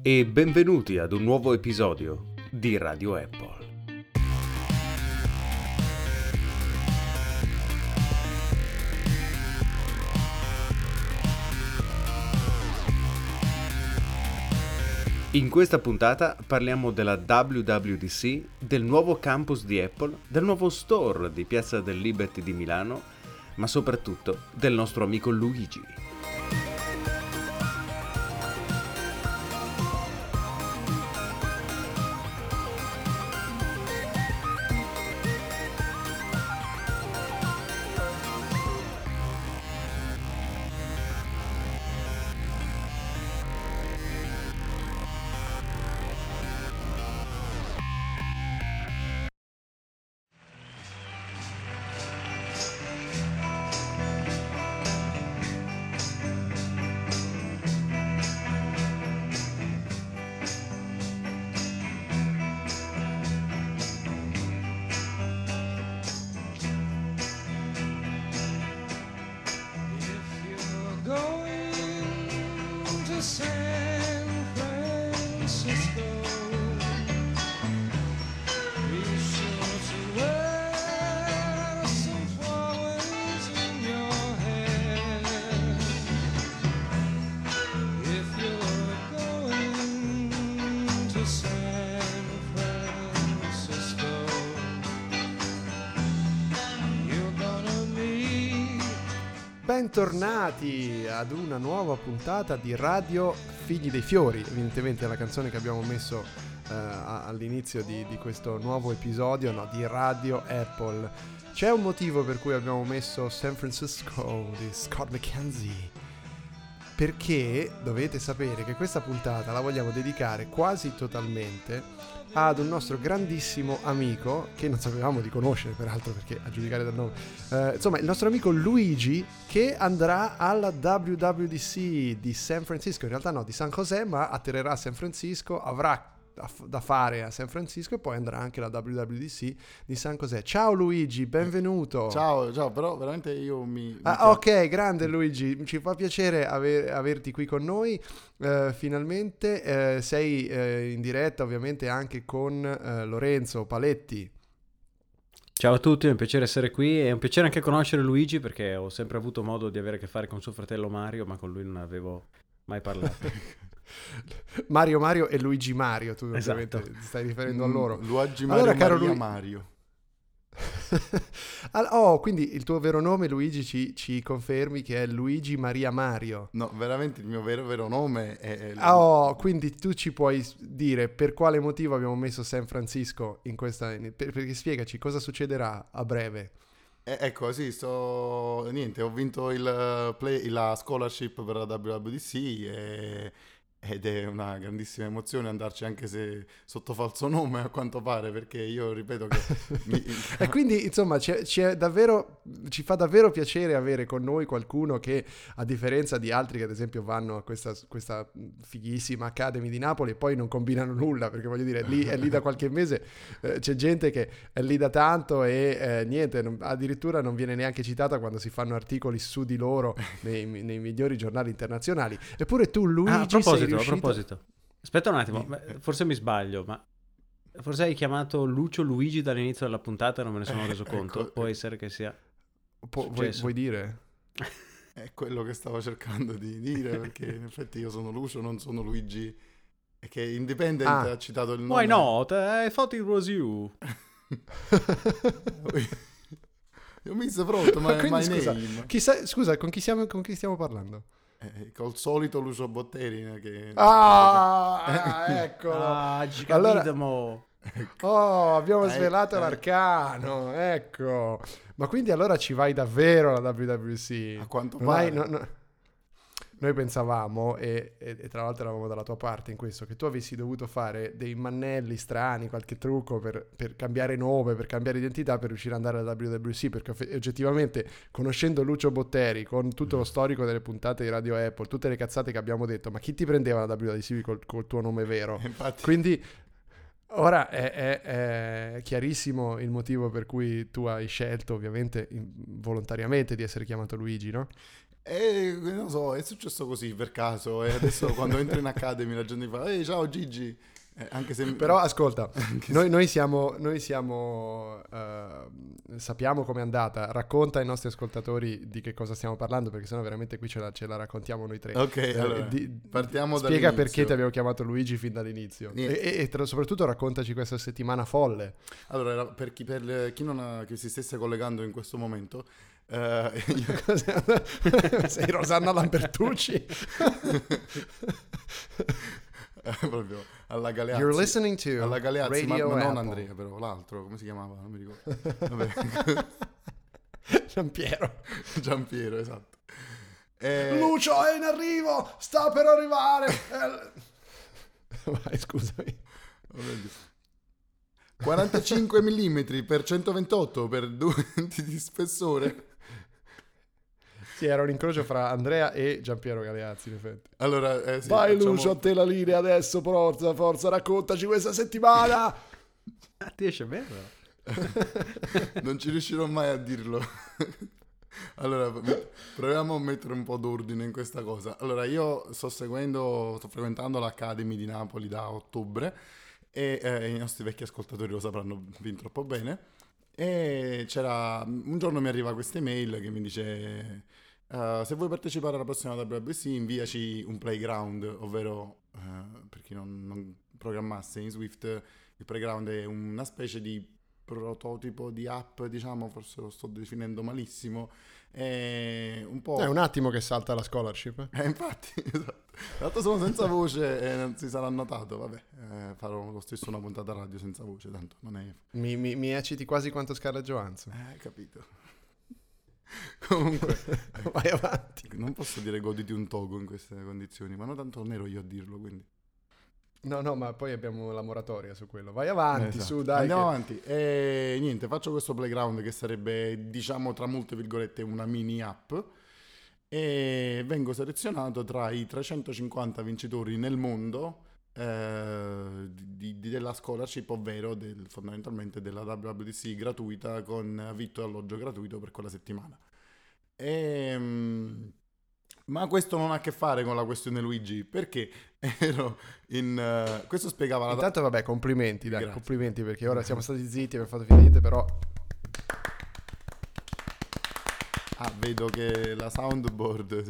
E benvenuti ad un nuovo episodio di Radio Apple. In questa puntata parliamo della WWDC, del nuovo campus di Apple, del nuovo store di Piazza del Liberty di Milano, ma soprattutto del nostro amico Luigi. Bentornati ad una nuova puntata di Radio Figli dei Fiori. Evidentemente è la canzone che abbiamo messo all'inizio di questo nuovo episodio, no, di Radio Apple. C'è un motivo per cui abbiamo messo San Francisco di Scott McKenzie, perché dovete sapere che questa puntata la vogliamo dedicare quasi totalmente ad un nostro grandissimo amico che non sapevamo di conoscere, peraltro, perché a giudicare dal nome, insomma, il nostro amico Luigi, che andrà alla WWDC di San Francisco, in realtà no, di San José, ma atterrerà a San Francisco, avrà da fare a San Francisco e poi andrà anche alla WWDC di San José. Ciao Luigi, benvenuto. Ciao, però veramente io ok, grande Luigi, ci fa piacere averti qui con noi. Finalmente sei in diretta ovviamente anche con Lorenzo Paletti. Ciao a tutti, è un piacere essere qui, è un piacere anche conoscere Luigi, perché ho sempre avuto modo di avere a che fare con suo fratello Mario, ma con lui non avevo mai parlato. Mario e Luigi Mario, tu ovviamente esatto. ti stai riferendo a loro. Luigi Mario, allora, caro Mario. Quindi il tuo vero nome, Luigi, ci confermi che è Luigi Maria Mario? No, veramente il mio vero nome è quindi tu ci puoi dire per quale motivo abbiamo messo San Francisco in questa, perché spiegaci cosa succederà a breve. Ecco, sì, ho vinto la scholarship per la WWDC ed è una grandissima emozione andarci, anche se sotto falso nome a quanto pare, perché io ripeto che e quindi insomma ci fa davvero piacere avere con noi qualcuno che, a differenza di altri che ad esempio vanno a questa fighissima Academy di Napoli e poi non combinano nulla, perché voglio dire è lì da qualche mese, c'è gente che è lì da tanto e addirittura non viene neanche citata quando si fanno articoli su di loro nei migliori giornali internazionali. Eppure tu, Luigi, a proposito, aspetta un attimo, forse mi sbaglio, ma forse hai chiamato Lucio Luigi dall'inizio della puntata e non me ne sono reso conto. Può essere che sia vuoi dire? È quello che stavo cercando di dire, perché in effetti io sono Lucio, non sono Luigi, e che Independent ha citato il nome. Why not? I thought it was you. Io mi sono pronto, ma my name. Scusa, con chi stiamo parlando? Col solito Lucio Botteri che... Eccolo. Allora... abbiamo svelato l'arcano, ecco. Ma quindi allora ci vai davvero alla WWC? A quanto pare. Noi pensavamo, e tra l'altro eravamo dalla tua parte in questo, che tu avessi dovuto fare dei mannelli strani, qualche trucco per cambiare nome, per cambiare identità, per riuscire ad andare alla WWC, perché oggettivamente, conoscendo Lucio Botteri, con tutto lo storico delle puntate di Radio Apple, tutte le cazzate che abbiamo detto, ma chi ti prendeva alla WWC col tuo nome vero? Infatti. Quindi... ora è chiarissimo il motivo per cui tu hai scelto, ovviamente volontariamente, di essere chiamato Luigi, no? E non so, è successo così per caso. E adesso quando entro in Academy la gente mi fa: ehi, ciao Gigi. Anche se... Però ascolta, noi siamo sappiamo com'è andata. Racconta ai nostri ascoltatori di che cosa stiamo parlando, perché sennò veramente qui ce la raccontiamo noi tre. Ok, allora, partiamo spiega dall'inizio. perché ti abbiamo chiamato Luigi fin dall'inizio e soprattutto raccontaci questa settimana folle. Allora, per chi che si stesse collegando in questo momento, sei Rosanna Lambertucci. proprio alla Galeazzi. You're listening to alla Galeazzi, ma Radio non Apple. Andrea, però l'altro, come si chiamava? Non mi ricordo. Vabbè. Giampiero, esatto. Lucio è in arrivo, sta per arrivare. Vai, scusami. 45 mm per 128 per 2 di spessore. Sì, era un incrocio fra Andrea e Giampiero Galeazzi, in effetti. Allora, sì, Vai Lucio, a te la linea adesso, forza, raccontaci questa settimana. Ti esce bene? Non ci riuscirò mai a dirlo. Allora, proviamo a mettere un po' d'ordine in questa cosa. Allora, io sto frequentando l'Academy di Napoli da ottobre e i nostri vecchi ascoltatori lo sapranno fin troppo bene. E un giorno mi arriva questa email che mi dice: se vuoi partecipare alla prossima WWDC inviaci un playground, ovvero per chi non programmasse in Swift, il playground è una specie di prototipo di app, diciamo, forse lo sto definendo malissimo, è un po'... È un attimo che salta la scholarship. Infatti, esatto. Tra l'altro sono senza voce e non si sarà notato, vabbè, farò lo stesso una puntata radio senza voce, tanto non è... Mi ecciti quasi quanto Scarlett Johansson. Capito. Comunque, vai avanti. Non posso dire goditi un togo in queste condizioni, ma non tanto non ero io a dirlo, quindi... No, ma poi abbiamo la moratoria su quello. Vai avanti, esatto. su, dai. Andiamo avanti. E niente, faccio questo playground che sarebbe, diciamo, tra molte virgolette, una mini app. E vengo selezionato tra i 350 vincitori nel mondo della scholarship, ovvero fondamentalmente della WWDC gratuita con vitto e alloggio gratuito per quella settimana. Ma questo non ha a che fare con la questione Luigi, perché ero in... questo spiegava la... Intanto vabbè, complimenti, dai, Grazie. complimenti, perché ora siamo stati zitti, abbiamo fatto finire niente, però... vedo che la soundboard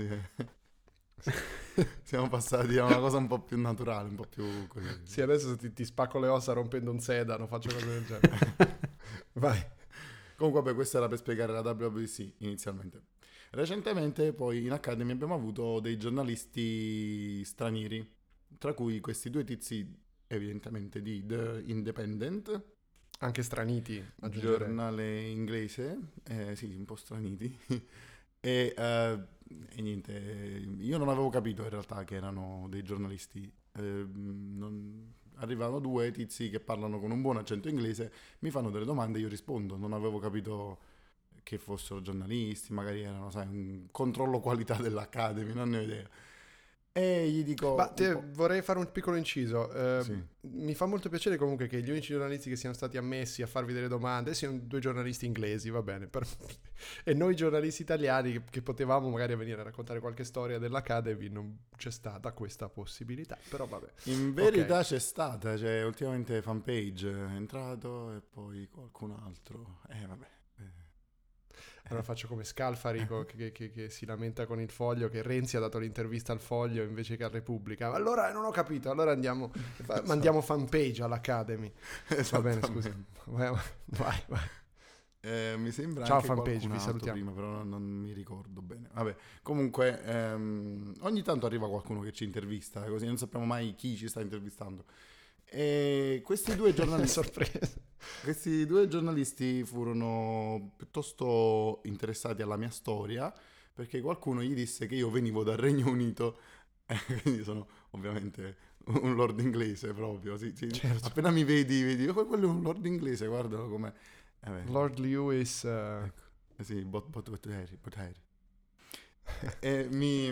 siamo passati a una cosa un po' più naturale, un po' più così. Sì, adesso ti spacco le ossa rompendo un sedano, faccio cose del genere. Vai. Comunque, vabbè, questo era per spiegare la WWDC inizialmente. Recentemente poi in Academy abbiamo avuto dei giornalisti stranieri, tra cui questi due tizi evidentemente di The Independent, Anche straniti, aggiungerei. giornale inglese, sì, un po' straniti, e niente, io non avevo capito in realtà che erano dei giornalisti, arrivano due tizi che parlano con un buon accento inglese, mi fanno delle domande e io rispondo, non avevo capito che fossero giornalisti, magari erano, sai, un controllo qualità dell'Academy, non ne ho idea. E gli dico... Ma vorrei fare un piccolo inciso. Sì. Mi fa molto piacere comunque che gli unici giornalisti che siano stati ammessi a farvi delle domande siano due giornalisti inglesi, va bene. E noi giornalisti italiani che potevamo magari venire a raccontare qualche storia dell'Academy, non c'è stata questa possibilità, però vabbè. In verità c'è stata, cioè ultimamente Fanpage è entrato e poi qualcun altro, vabbè. Allora faccio come Scalfari che si lamenta con il Foglio, che Renzi ha dato l'intervista al Foglio invece che a Repubblica. Allora non ho capito, allora mandiamo Fanpage all'Academy. Va bene, scusa. Vai. Mi sembra Ciao anche Fanpage, qualcun vi altro salutiamo. prima, però non mi ricordo bene. Vabbè, comunque ogni tanto arriva qualcuno che ci intervista, così non sappiamo mai chi ci sta intervistando. E questi due giornalisti, Sorpresa. questi due giornalisti furono piuttosto interessati alla mia storia, perché qualcuno gli disse che io venivo dal Regno Unito, quindi sono ovviamente un lord inglese proprio. Sì. Certo. Appena mi vedi, "Oh, quello è un lord inglese, guardalo com'è." Lord Lewis. Ecco. Sì, but Harry. E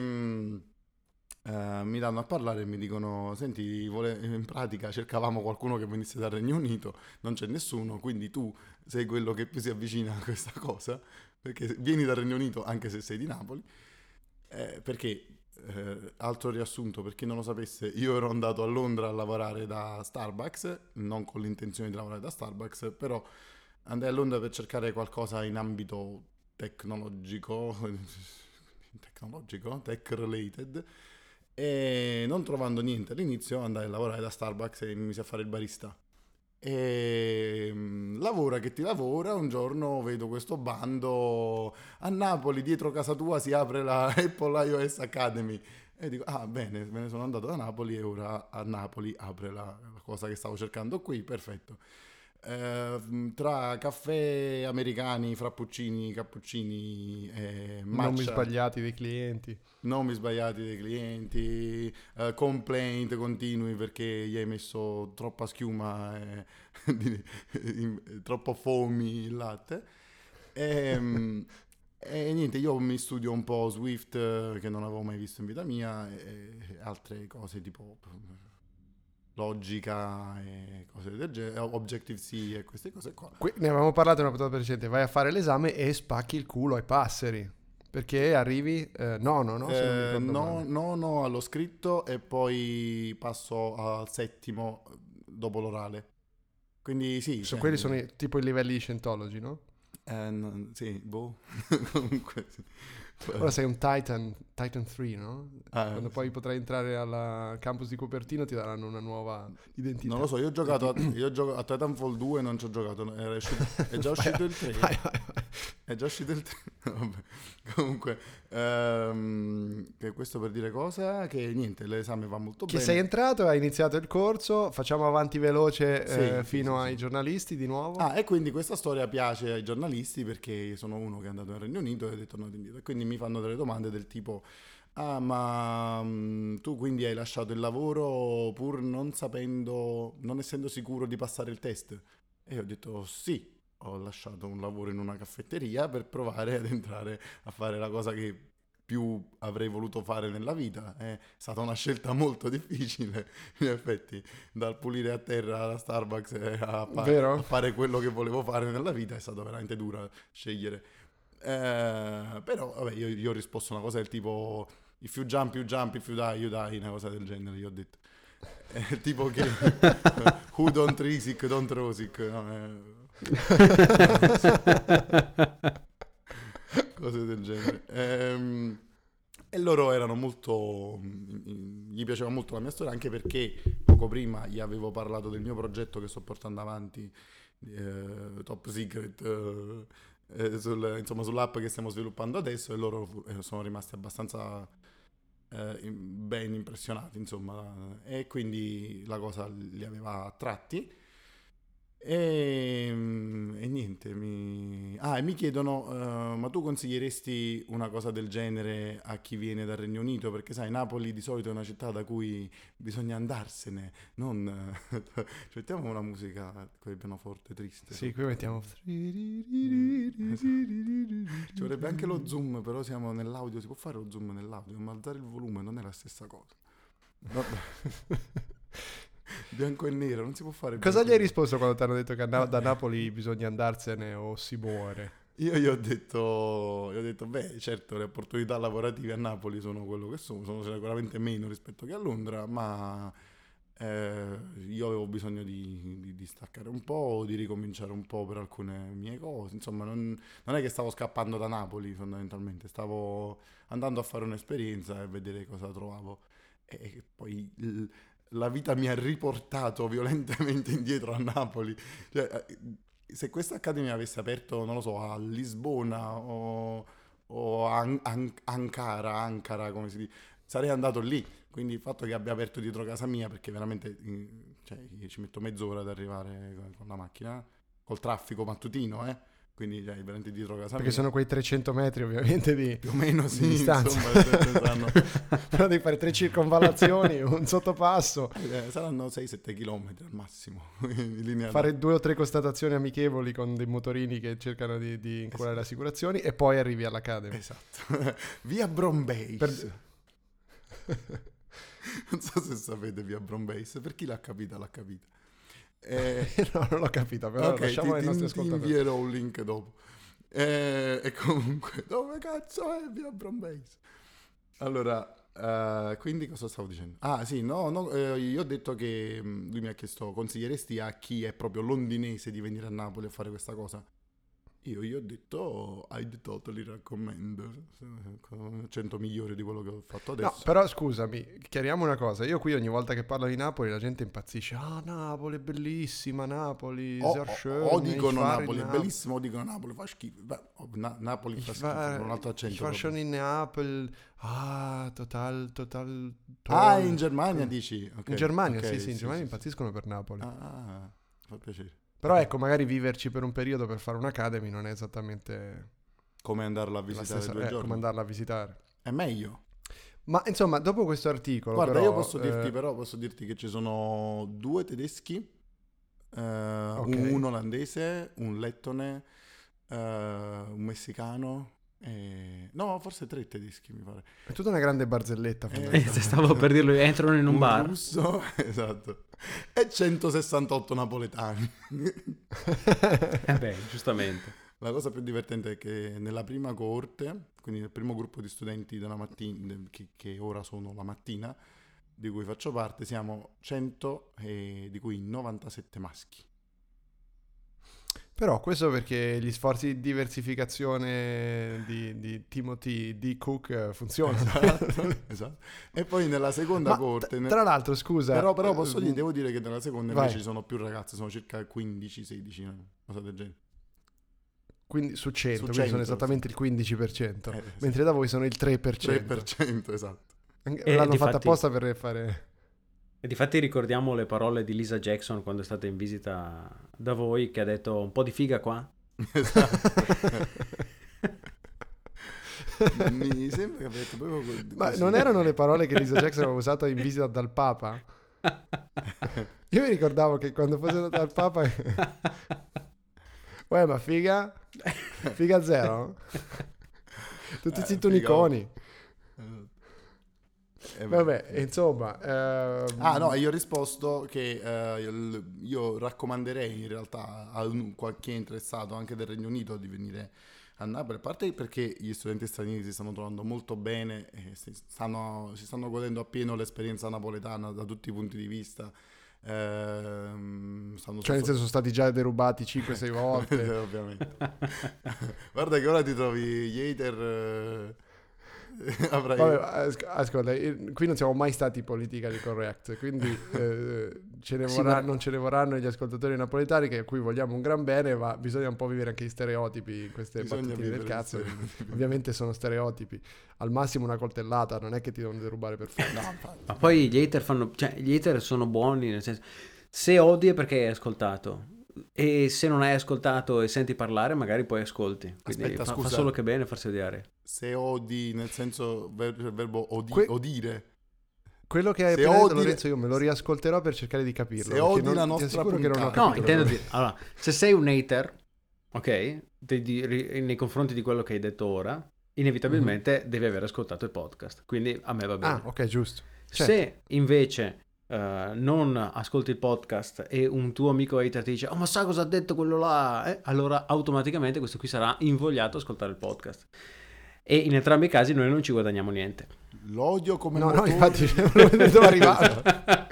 mi danno a parlare e mi dicono: senti, in pratica cercavamo qualcuno che venisse dal Regno Unito, non c'è nessuno, quindi tu sei quello che più si avvicina a questa cosa, perché vieni dal Regno Unito anche se sei di Napoli. Perché, altro riassunto, per chi non lo sapesse, io ero andato a Londra a lavorare da Starbucks, non con l'intenzione di lavorare da Starbucks, però andai a Londra per cercare qualcosa in ambito tecnologico, tech related, e non trovando niente all'inizio andai a lavorare da Starbucks e mi misi a fare il barista. E lavora che ti lavora, un giorno vedo questo bando: a Napoli dietro casa tua si apre la Apple iOS Academy, e dico ah bene, me ne sono andato da Napoli e ora a Napoli apre la cosa che stavo cercando qui, perfetto. Tra caffè americani, frappuccini, cappuccini e Non mi matcha, sbagliati dei clienti. nomi sbagliati dei clienti, complaint continui perché gli hai messo troppa schiuma e troppo foamy il latte. E niente, io mi studio un po' Swift, che non avevo mai visto in vita mia, e altre cose tipo logica e cose del genere, Objective-C e queste cose qua. Ne avevamo parlato in una puntata precedente. Vai a fare l'esame e spacchi il culo ai passeri. Perché arrivi nono, no? Se non mi ricordo male. Nono allo scritto e poi passo al settimo dopo l'orale. Quindi sì. Quelli sono tipo i livelli di Scientology, no? Sì, boh. Comunque sì. Ora sei un Titan 3, no? Quando Sì. poi potrai entrare al campus di Cupertino ti daranno una nuova identità. Non lo so, io ho giocato a Titanfall 2, non ci ho giocato, è già uscito il 3. Vai. È già uscito il 3. Vabbè. Comunque, che questo per dire cosa? Che niente, l'esame va molto Che bene. sei entrato, hai iniziato il corso, facciamo avanti veloce Sì, fino sì, ai sì. giornalisti di nuovo. Ah, e quindi questa storia piace ai giornalisti perché sono uno che è andato nel Regno Unito ed è tornato indietro. E quindi mi fanno delle domande del tipo: ah, ma tu quindi hai lasciato il lavoro pur non sapendo, non essendo sicuro di passare il test? E io ho detto sì, ho lasciato un lavoro in una caffetteria per provare ad entrare a fare la cosa che più avrei voluto fare nella vita. È stata una scelta molto difficile, in effetti, dal pulire a terra la Starbucks a Vero? fare quello che volevo fare nella vita. È stata veramente dura scegliere. Però vabbè, io ho risposto una cosa del tipo: if you jump, you jump, if you die, you die, una cosa del genere, io ho detto. Tipo che who don't risic, don't rosic, no? Cose del genere. E loro erano molto, gli piaceva molto la mia storia, anche perché poco prima gli avevo parlato del mio progetto che sto portando avanti, Top Secret, insomma sull'app che stiamo sviluppando adesso, e loro sono rimasti abbastanza ben impressionati, insomma, e quindi la cosa li aveva attratti. E niente, mi chiedono, ma tu consiglieresti una cosa del genere a chi viene dal Regno Unito? Perché sai, Napoli di solito è una città da cui bisogna andarsene, non... Ci mettiamo una musica con il pianoforte triste. Sì, qui mettiamo... Ci vorrebbe anche lo zoom, però siamo nell'audio, si può fare lo zoom nell'audio, ma alzare il volume non è la stessa cosa. Vabbè. Bianco e nero, non si può fare. Cosa gli bianco e hai nero. risposto quando ti hanno detto che da Napoli bisogna andarsene o si muore? Io gli ho detto, beh, certo, le opportunità lavorative a Napoli sono quello che sono sicuramente meno rispetto che a Londra, ma io avevo bisogno di staccare un po', di ricominciare un po' per alcune mie cose. Insomma, non è che stavo scappando da Napoli, fondamentalmente, stavo andando a fare un'esperienza e vedere cosa trovavo. E poi la vita mi ha riportato violentemente indietro a Napoli. Cioè, se questa accademia avesse aperto, non lo so, a Lisbona o Ankara, come si dice, sarei andato lì. Quindi il fatto che abbia aperto dietro casa mia, perché veramente cioè, io ci metto mezz'ora ad arrivare con la macchina, col traffico mattutino, quindi cioè, veramente dietro casa Perché mia. sono quei 300 metri ovviamente di Più o meno di sì, distanza. insomma, Però devi fare 3 circonvallazioni, un sottopasso, saranno 6-7 km al massimo, in linea fare 2 o 3 constatazioni amichevoli con dei motorini che cercano di inculare le assicurazioni e poi arrivi all'Academy. Esatto. Via Brombase. Per- Non so se sapete via Brombase, per chi l'ha capita, l'ha capita. No, non l'ho capito, però Ok, lasciamo ai nostri ti ascoltatori. invierò un link dopo. E comunque, dove cazzo è via Brombase? Allora, quindi cosa stavo dicendo? Ah, sì, no, io ho detto che lui mi ha chiesto, consiglieresti a chi è proprio londinese di venire a Napoli a fare questa cosa? Io gli ho detto, I'd totally recommend, con 100 migliori di quello che ho fatto No, adesso. però scusami, chiariamo una cosa. Io qui ogni volta che parlo di Napoli la gente impazzisce. Ah, Napoli è bellissima, Napoli, O, sehr o- schön, o dicono ich fahre Napoli in è bellissimo, o dicono Napoli fa schifo. Beh, Napoli fa schifo, con un altro Ich accento war schon proprio. in Neapel. Ah, total Ah, in toll. Germania dici? Ok, In Germania, ok, sì, in Germania sì. impazziscono per Napoli. Ah, fa piacere. Però ecco, magari viverci per un periodo per fare un'academy non è esattamente Come andarla a la visitare stessa, 2 come giorni? andarla a visitare. È meglio. Ma insomma, dopo questo articolo, Guarda, io però, posso dirti che ci sono 2 tedeschi, ok, un olandese, un lettone, un messicano, no, forse 3 tedeschi mi pare. è tutta una grande barzelletta fondamentalmente. Stavo per dirlo, entrano in un bar. russo, esatto, e 168 napoletani. Beh, giustamente. La cosa più divertente è che nella prima coorte, quindi nel primo gruppo di studenti della mattina, che ora sono la mattina, di cui faccio parte, siamo 100 e di cui 97 maschi. Però questo perché gli sforzi di diversificazione di Timothy D. Cook funzionano. Esatto. E poi nella seconda Ma coorte, tra l'altro, scusa, però devo dire che nella seconda vai. invece ci sono più ragazze, sono circa 15-16, cosa del genere. Quindi su 100, Su quindi 100, sono esattamente il 15%, sì. mentre da voi sono il 3%. 3%, esatto. L'hanno fatta difatti- apposta per fare... E difatti ricordiamo le parole di Lisa Jackson quando è stata in visita da voi, che ha detto un po' di figa qua. Esatto. Mi sembra che abbia detto proprio Ma così. non erano le parole che Lisa Jackson aveva usato in visita dal Papa? Io mi ricordavo che quando fosse andata dal Papa... Uè, ma figa? Figa zero? Tutti cintuniconi. Vabbè, insomma... Ah no, io ho risposto che io raccomanderei in realtà a qualche interessato anche del Regno Unito di venire a Napoli, a parte perché gli studenti stranieri si stanno trovando molto bene e si stanno godendo appieno l'esperienza napoletana da tutti i punti di vista. Cioè nel senso sono stati già derubati 5-6 volte. Ovviamente. Guarda che ora ti trovi gli hater. Avrai... Vabbè, ascolta, qui non siamo mai stati politically correct, quindi non ce ne vorranno gli ascoltatori napoletani che a cui vogliamo un gran bene, ma bisogna un po' vivere anche gli stereotipi, queste battutine del cazzo. Ovviamente sono stereotipi, al massimo una coltellata, non è che ti devono derubare per forza. Ma poi gli hater gli hater sono buoni, nel senso, se odi è perché hai ascoltato. E se non hai ascoltato e senti parlare, magari poi ascolti. Quindi Aspetta, fa scusa. solo che bene farsi odiare. Se odi, nel senso il verbo odire. Quello che hai Se appena detto, odi- Lorenzo, io me lo riascolterò per cercare di capirlo. Se perché odi non- la ti nostra assicuro che non ho puntata. No, capito. intendo dire, allora, se sei un hater, ok, nei confronti di quello che hai detto ora, inevitabilmente devi aver ascoltato il podcast. Quindi a me va bene. Ah, ok, giusto. Certo. Se invece non ascolti il podcast e un tuo amico hater ti dice oh ma sai cosa ha detto quello là, allora automaticamente questo qui sarà invogliato ad ascoltare il podcast, e in entrambi i casi noi non ci guadagniamo niente. L'odio come No, motore. infatti dove arrivare.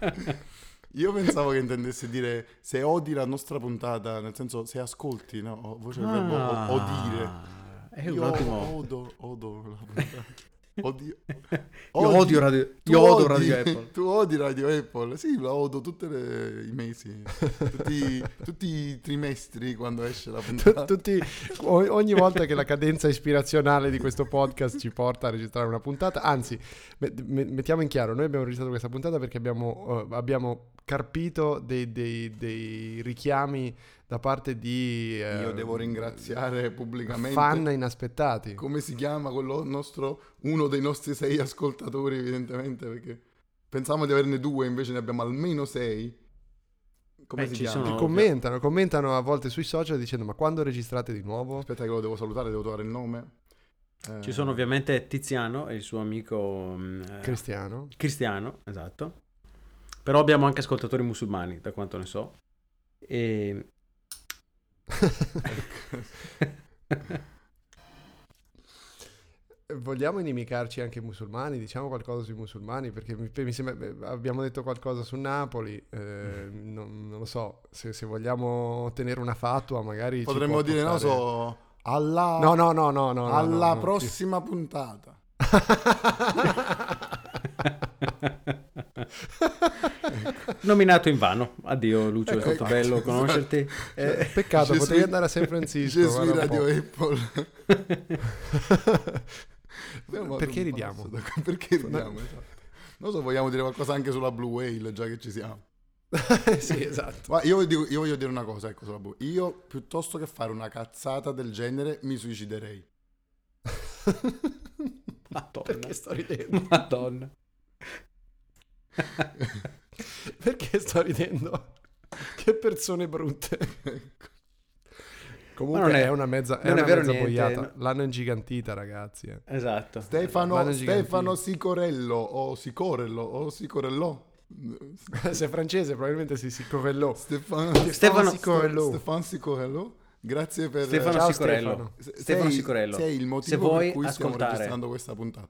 Io pensavo che intendesse dire se odi la nostra puntata, nel senso se ascolti, no? Voce il verbo odire. È un Io ottimo. odo la puntata. Odio. Io odio Radio, Tu io odio odi- Radio Apple. Tu odi Radio Apple? Sì, la odo tutti i mesi, tutti i trimestri quando esce la puntata. Ogni volta che la cadenza ispirazionale di questo podcast ci porta a registrare una puntata, anzi, mettiamo in chiaro, noi abbiamo registrato questa puntata perché abbiamo carpito dei richiami da parte di Io devo ringraziare pubblicamente fan inaspettati. come si chiama quello uno dei nostri 6 ascoltatori, evidentemente, perché pensavamo di averne 2, invece ne abbiamo almeno 6. Come si ci chiama? sono- Commentano a volte sui social dicendo ma quando registrate di nuovo? Aspetta che lo devo salutare, devo trovare il nome. Ci sono ovviamente Tiziano e il suo amico Cristiano. esatto. Però abbiamo anche ascoltatori musulmani, da quanto ne so. E Vogliamo inimicarci anche i musulmani? Diciamo qualcosa sui musulmani, perché mi sembra abbiamo detto qualcosa su Napoli, non lo so, se vogliamo ottenere una fatua magari Potremmo dire, portare... no, alla... No, alla no, prossima puntata. Nominato in vano. Addio Lucio, è stato bello conoscerti. Peccato, potevi andare a San Francisco. Je suis Radio Apple. Perché ridiamo? Perché ridiamo? Esatto. Non so, vogliamo dire qualcosa anche sulla Blue Whale, già che ci siamo. Sì, esatto. Ma io voglio dire una cosa, ecco, sulla Blue Whale. Io, piuttosto che fare una cazzata del genere, mi suiciderei. Madonna. Perché sto ridendo? Madonna. Perché sto ridendo? Che persone brutte. Comunque è una mezza vero niente, boiata. no. L'hanno ingigantita, ragazzi. Esatto. Stefano Sicorello o Sicorello. Se è francese probabilmente si Sicorello. Stefano Sicorello. Grazie per Stefano Ciao, Sicorello. Stefano Sicorello. Sei il motivo Se vuoi per cui stiamo ascoltare registrando questa puntata.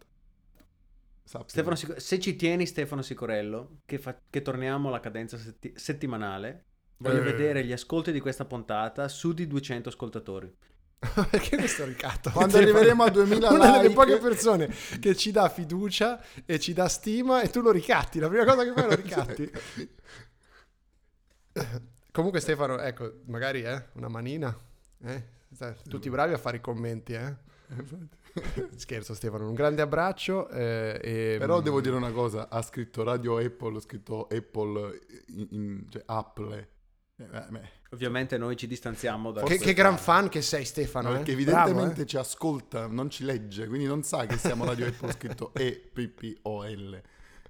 se ci tieni Stefano Sicorello, che torniamo alla cadenza settimanale, voglio vedere gli ascolti di questa puntata su di 200 ascoltatori. Perché questo ricatto? Quando arriveremo a 2000 una delle like... poche persone che ci dà fiducia e ci dà stima e tu lo ricatti. La prima cosa che fai lo ricatti. Comunque Stefano, ecco, magari una manina. Tutti bravi a fare i commenti, Scherzo Stefano, un grande abbraccio. Però devo dire una cosa, ha scritto Radio Apple, ho scritto Apple, cioè Apple. Ovviamente noi ci distanziamo da che gran fan che sei Stefano, perché evidentemente ci ascolta, non ci legge, quindi non sa che siamo Radio Apple scritto EPPOL.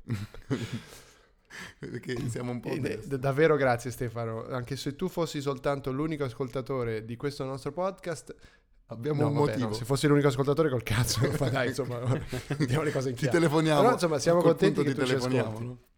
Perché siamo un po' davvero grazie Stefano, anche se tu fossi soltanto l'unico ascoltatore di questo nostro podcast abbiamo un motivo. No, se fossi l'unico ascoltatore col cazzo, ma dai, insomma, mettiamo le cose in chiaro. Ti telefoniamo. Però insomma siamo contenti che tu ci telefoniamo, ascolti. no?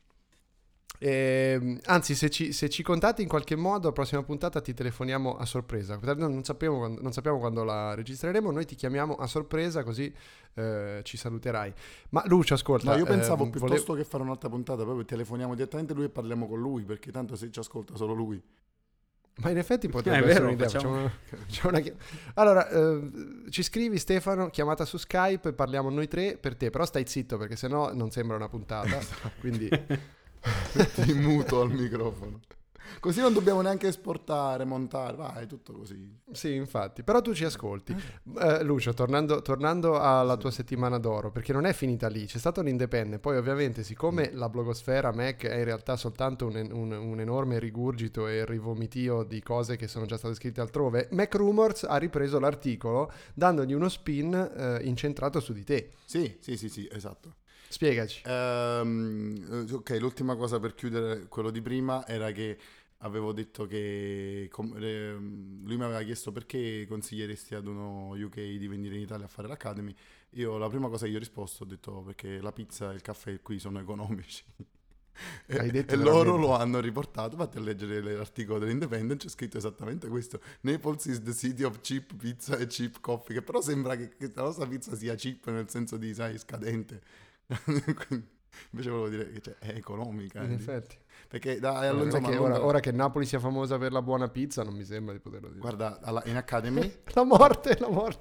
Anzi, se ci contatti in qualche modo, la prossima puntata ti telefoniamo a sorpresa. Non sappiamo quando la registreremo, noi ti chiamiamo a sorpresa, così ci saluterai. Ma Lucio, ascolta, no, io pensavo piuttosto che fare un'altra puntata, proprio telefoniamo direttamente lui e parliamo con lui, perché tanto se ci ascolta solo lui. Ma in effetti potrebbe essere un'idea. Allora, ci scrivi Stefano, chiamata su Skype, parliamo noi tre per te, però stai zitto perché sennò non sembra una puntata. Quindi ti muto al microfono. Così non dobbiamo neanche esportare, montare, vai, tutto così. Sì, infatti, però tu ci ascolti. Lucio, tornando alla tua settimana d'oro, perché non è finita lì, c'è stato l'Independent, poi ovviamente siccome la blogosfera Mac è in realtà soltanto un enorme rigurgito e rivomitio di cose che sono già state scritte altrove, Mac Rumors ha ripreso l'articolo dandogli uno spin incentrato su di te. Sì, esatto. Spiegaci. Ok, l'ultima cosa per chiudere quello di prima era che avevo detto che lui mi aveva chiesto perché consiglieresti ad uno UK di venire in Italia a fare l'Academy. Io la prima cosa che gli ho risposto ho detto perché la pizza e il caffè qui sono economici. E loro lo hanno riportato. Vatti a leggere l'articolo dell'Independent, c'è scritto esattamente questo: Naples is the city of cheap pizza e cheap coffee, che però sembra che la nostra pizza sia cheap nel senso di, sai, scadente. Invece volevo dire che è economica, in effetti, perché ora che Napoli sia famosa per la buona pizza non mi sembra di poterlo dire. Guarda, in Academy la morte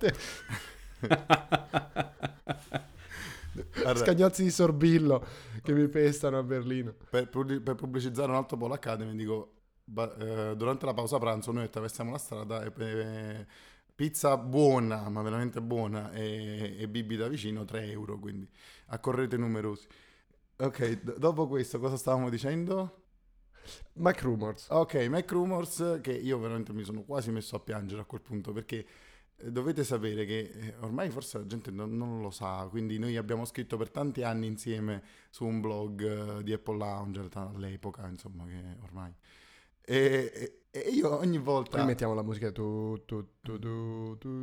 scagnozzi di sorbillo che mi pestano a Berlino. Per pubblicizzare un altro po' l'Academy dico durante la pausa pranzo noi attraversiamo la strada e pizza buona, ma veramente buona, e bibita vicino, 3 euro, quindi accorrete numerosi. Ok, dopo questo cosa stavamo dicendo? Mac Rumors. Ok, Mac Rumors, che io veramente mi sono quasi messo a piangere a quel punto, perché dovete sapere che ormai forse la gente non lo sa, quindi noi abbiamo scritto per tanti anni insieme su un blog di Apple Lounge all'epoca, insomma, che ormai... E io ogni volta... Poi mettiamo la musica esatto,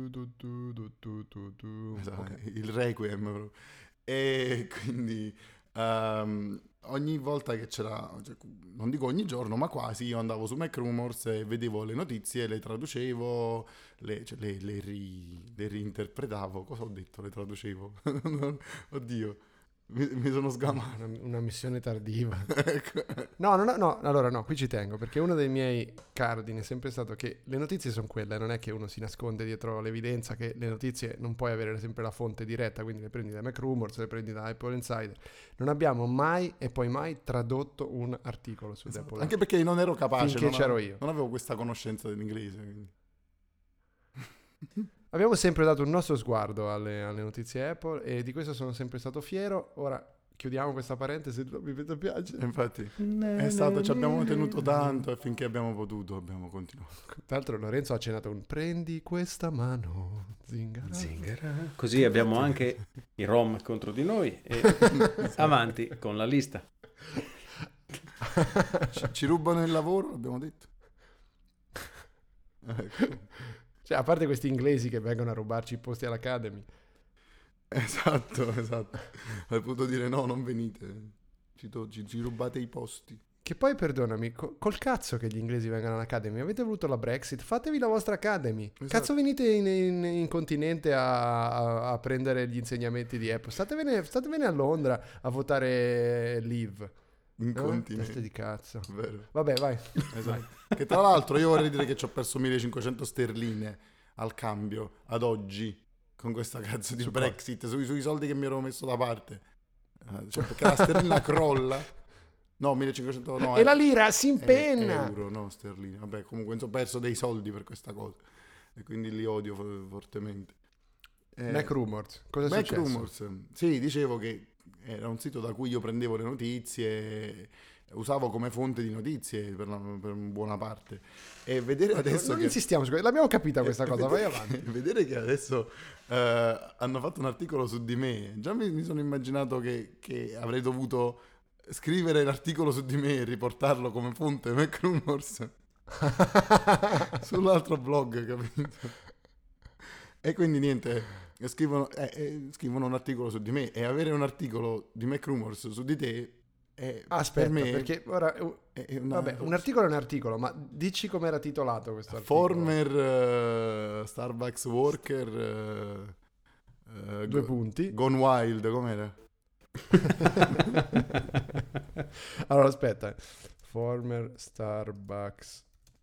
il Requiem proprio. E quindi ogni volta che c'era, cioè, non dico ogni giorno, ma quasi, io andavo su MacRumors e vedevo le notizie, le traducevo, le reinterpretavo. Cosa ho detto? Le traducevo? Oddio, mi sono sgamato. Una missione tardiva. Ecco. No, allora no, qui ci tengo, perché uno dei miei cardini è sempre stato che le notizie sono quelle, non è che uno si nasconde dietro l'evidenza che le notizie non puoi avere sempre la fonte diretta, quindi le prendi da MacRumors, le prendi da Apple Insider. Non abbiamo mai e poi mai tradotto un articolo su Esatto. Apple. Anche perché non ero capace, finché c'ero io. Non avevo questa conoscenza dell'inglese. Quindi. Abbiamo sempre dato un nostro sguardo alle notizie Apple e di questo sono sempre stato fiero. Ora chiudiamo questa parentesi, mi vedo piace. Infatti è stato, ci abbiamo tenuto tanto e finché abbiamo potuto abbiamo continuato. Tra l'altro Lorenzo ha accennato un prendi questa mano, zingara. Così abbiamo anche i Rom contro di noi e avanti con la lista. Ci rubano il lavoro, abbiamo detto. Ecco. Cioè, a parte questi inglesi che vengono a rubarci i posti all'Academy. Esatto. Hai potuto dire no, non venite. Ci rubate i posti. Che poi, perdonami, col cazzo che gli inglesi vengano all'Academy. Avete voluto la Brexit? Fatevi la vostra Academy. Esatto. Cazzo venite in continente a prendere gli insegnamenti di Apple. Statevene a Londra a votare Leave. In continente. Teste di cazzo. Vero. Vabbè, vai. Esatto. Che tra l'altro io vorrei dire che ci ho perso 1500 sterline al cambio ad oggi con questa cazzo di Brexit sui soldi che mi ero messo da parte. Cioè, perché la sterlina crolla. No, 1500 no. E la lira si impenna. Euro, no, sterline. Vabbè, comunque ho perso dei soldi per questa cosa e quindi li odio fortemente. MacRumors. Cosa è successo? MacRumors. Sì, dicevo che era un sito da cui io prendevo le notizie, usavo come fonte di notizie per buona parte. E vedere adesso non insistiamo su questo, l'abbiamo capita questa cosa, vai avanti. Vedere che adesso hanno fatto un articolo su di me, già mi sono immaginato che avrei dovuto scrivere l'articolo su di me e riportarlo come fonte MacRumors sull'altro blog, capito? E quindi niente, scrivono un articolo su di me e avere un articolo di MacRumors su di te aspetta, per me perché ora vabbè, un articolo è un articolo, ma dici com'era titolato questo articolo. Former Starbucks worker 2 punti. Gone Wild, com'era? Allora aspetta, former Starbucks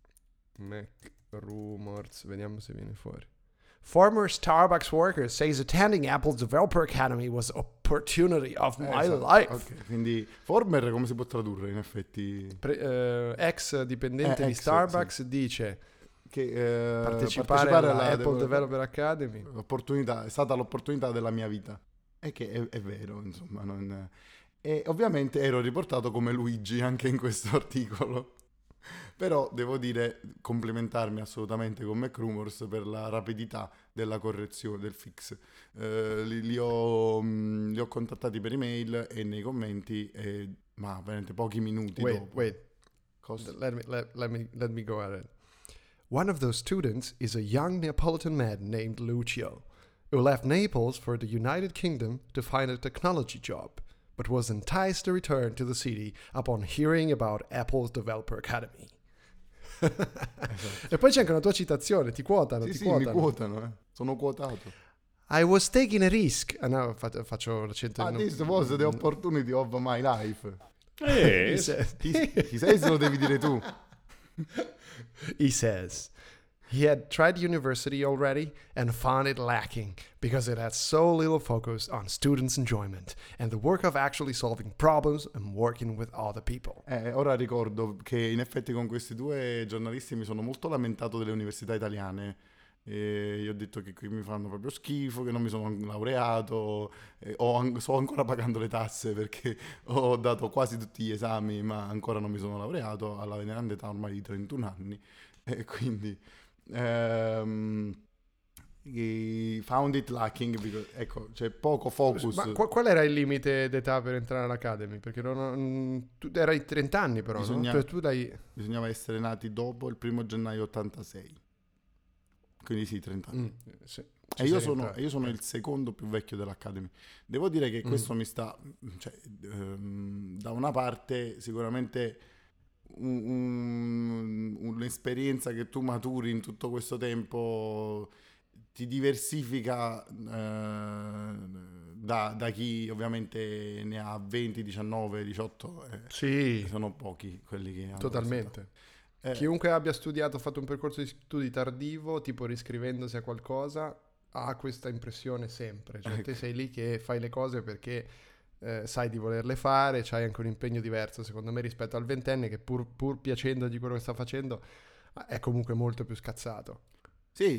MacRumors, vediamo se viene fuori. Former Starbucks worker says attending Apple's Developer Academy was opportunity of my life. Ok, quindi former come si può tradurre in effetti? Ex dipendente di Starbucks, sì, dice che partecipare alla Apple Developer Academy è stata l'opportunità della mia vita. E che è vero, insomma. E ovviamente ero riportato come Luigi anche in questo articolo. Però devo dire, complimentarmi assolutamente con MacRumors per la rapidità della correzione, del fix. Li ho contattati per email e nei commenti, ma veramente pochi minuti dopo. Wait. Let me go at it. One of those students is a young Neapolitan man named Lucio, who left Naples for the United Kingdom to find a technology job, but was enticed to return to the city upon hearing about Apple's Developer Academy. Esatto. E poi c'è anche una tua citazione, ti quotano. Sì, mi quotano, sono quotato. I was taking a risk. No, faccio l'accento. This was the opportunity of my life. He says lo devi dire tu. He says he had tried university already and found it lacking because it had so little focus on students' enjoyment and the work of actually solving problems and working with other people. Ora ricordo che in effetti con questi due giornalisti mi sono molto lamentato delle università italiane. Io ho detto che qui mi fanno proprio schifo, che non mi sono laureato, sto ancora pagando le tasse perché ho dato quasi tutti gli esami ma ancora non mi sono laureato alla veneranda età ormai di 31 anni e quindi found it lacking because, ecco, c'è poco focus. Ma qual era il limite d'età per entrare all'Academy? Perché tu erai 30 anni però, bisognava essere nati dopo il 1 gennaio 86. Quindi sì, 30 anni. Sì. E io sono il secondo più vecchio dell'Academy. Devo dire che questo mi sta, cioè, da una parte sicuramente un'esperienza che tu maturi in tutto questo tempo ti diversifica da chi ovviamente ne ha 20, 19, 18. Sì, sono pochi quelli che hanno totalmente. Chiunque abbia studiato, fatto un percorso di studi tardivo, tipo riscrivendosi a qualcosa, ha questa impressione sempre. Cioè, te sei lì che fai le cose perché sai di volerle fare, c'hai anche un impegno diverso, secondo me, rispetto al ventenne che pur piacendogli quello che sta facendo, è comunque molto più scazzato. Sì.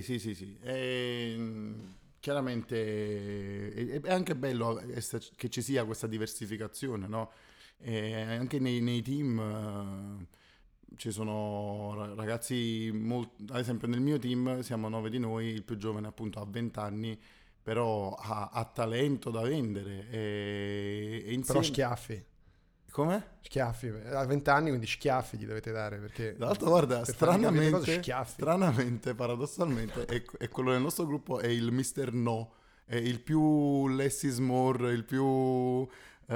Chiaramente è anche bello che ci sia questa diversificazione, no? Anche nei team ci sono ragazzi, ad esempio nel mio team siamo 9 di noi, il più giovane appunto ha 20 anni, però ha talento da vendere. E insieme... Però schiaffi. Come? Schiaffi, a 20 anni quindi schiaffi gli dovete dare perché tra l'altro guarda, stranamente, paradossalmente è quello del nostro gruppo è il Mr. No, è il più less is more, il più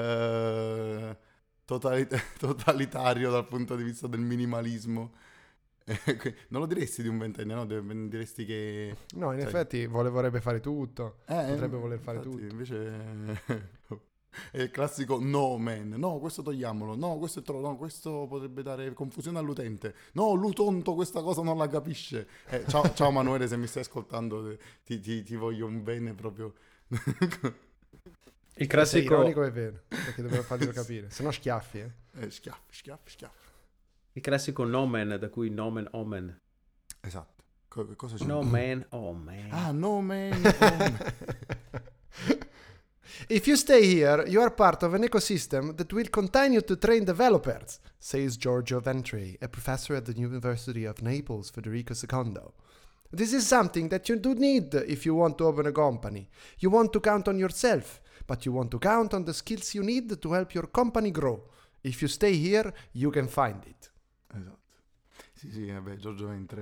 totalitario dal punto di vista del minimalismo. Non lo diresti di un ventenne, no? Diresti che... No, in effetti vorrebbe fare tutto, potrebbe voler fare tutto. Invece... È il classico no man, no questo togliamolo, no questo è troppo, no questo potrebbe dare confusione all'utente, no lui tonto questa cosa non la capisce. Ciao Manuele, se mi stai ascoltando ti voglio un bene proprio. Il classico... ironico è vero, perché dovevo farglielo capire, se no schiaffi. Schiaffi. Il classico no man, da cui nomen omen. Esatto. Cosa c'è? No man, oh man. Ah, no man, oh man. If you stay here, you are part of an ecosystem that will continue to train developers, says Giorgio Ventri, a professor at the University of Naples, Federico II. This is something that you do need if you want to open a company. You want to count on yourself, but you want to count on the skills you need to help your company grow. If you stay here, you can find it. Esatto. Sì, vabbè, Giorgio Ventri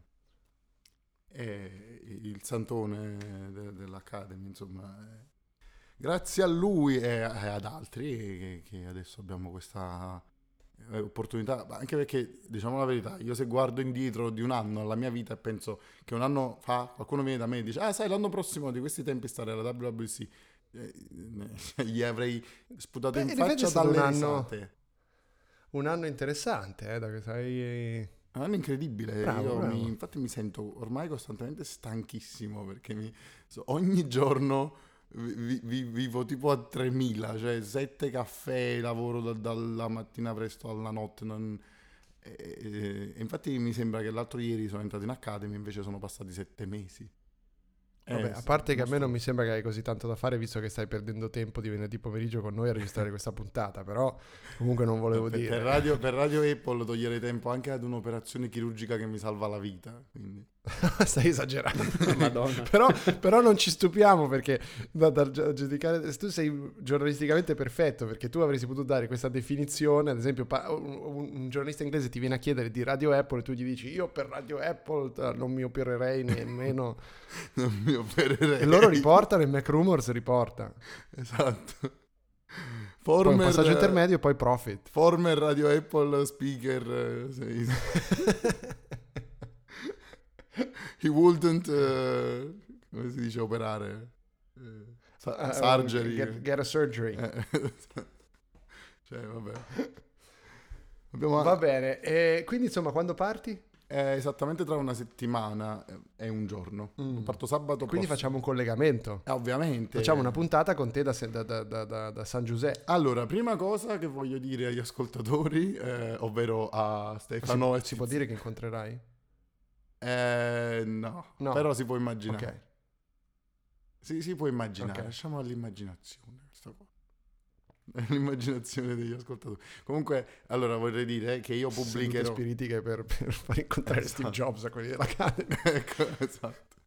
è il santone dell'Academy, insomma. Grazie a lui e ad altri che adesso abbiamo questa opportunità, anche perché, diciamo la verità, io se guardo indietro di un anno alla mia vita e penso che un anno fa qualcuno viene da me e dice sai, l'anno prossimo di questi tempi stare alla WWDC, gli avrei sputato in faccia dalle risate. Un anno interessante, da che sai... Un anno incredibile. Bravo. Infatti mi sento ormai costantemente stanchissimo perché ogni giorno vivo tipo a 3000, cioè 7 caffè, lavoro dalla mattina presto alla notte. Infatti mi sembra che l'altro ieri sono entrato in Academy, invece sono passati 7 mesi. Vabbè, a parte che a me non mi sembra che hai così tanto da fare, visto che stai perdendo tempo di venerdì pomeriggio con noi a registrare questa puntata, però comunque non volevo dire. Per radio Apple toglierei tempo anche ad un'operazione chirurgica che mi salva la vita, quindi. Stai esagerando. Madonna. però non ci stupiamo perché da giudicare, tu sei giornalisticamente perfetto, perché tu avresti potuto dare questa definizione, ad esempio un giornalista inglese ti viene a chiedere di Radio Apple e tu gli dici io per Radio Apple non mi opererei nemmeno. Non mi opererei. E loro riportano e Mac Rumors riporta. Esatto. Poi un passaggio intermedio e poi Profit. Former Radio Apple speaker. He wouldn't, come si dice, operare? Surgery. Get a surgery. Cioè, vabbè. Va bene. E quindi, insomma, quando parti? Esattamente tra una settimana e un giorno. Parto sabato. Quindi facciamo un collegamento. Ovviamente. Facciamo una puntata con te da San Giuseppe. Allora, prima cosa che voglio dire agli ascoltatori, ovvero a Stefano... Si può dire che incontrerai? No, però si può immaginare. Ok. Si può immaginare, lasciamo all'immaginazione questa cosa. L'immaginazione degli ascoltatori. Comunque, allora vorrei dire che io pubblicherò spiritiche per far incontrare Steve Jobs a quelli dell'Academy. Ecco, esatto.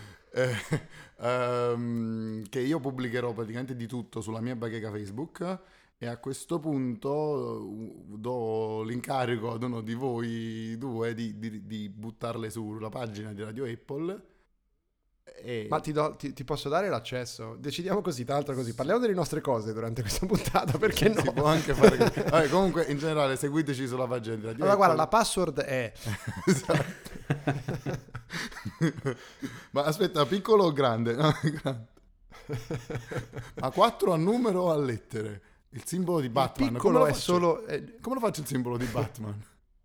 Che io pubblicherò praticamente di tutto sulla mia bacheca Facebook. E a questo punto do l'incarico ad uno di voi due di buttarle sulla pagina di Radio Apple Ma ti posso dare l'accesso? Decidiamo così, tra l'altro così. Parliamo delle nostre cose durante questa puntata, perché no? Si può anche fare così. Vabbè, comunque, in generale, seguiteci sulla pagina di Radio Allora, guarda, Apple. la password è... Esatto. Ma aspetta, piccolo o grande? No, grande. A 4 a numero o a lettere? Il simbolo di Batman. Il piccolo come è lo faccio? solo... Come lo faccio il simbolo di Batman?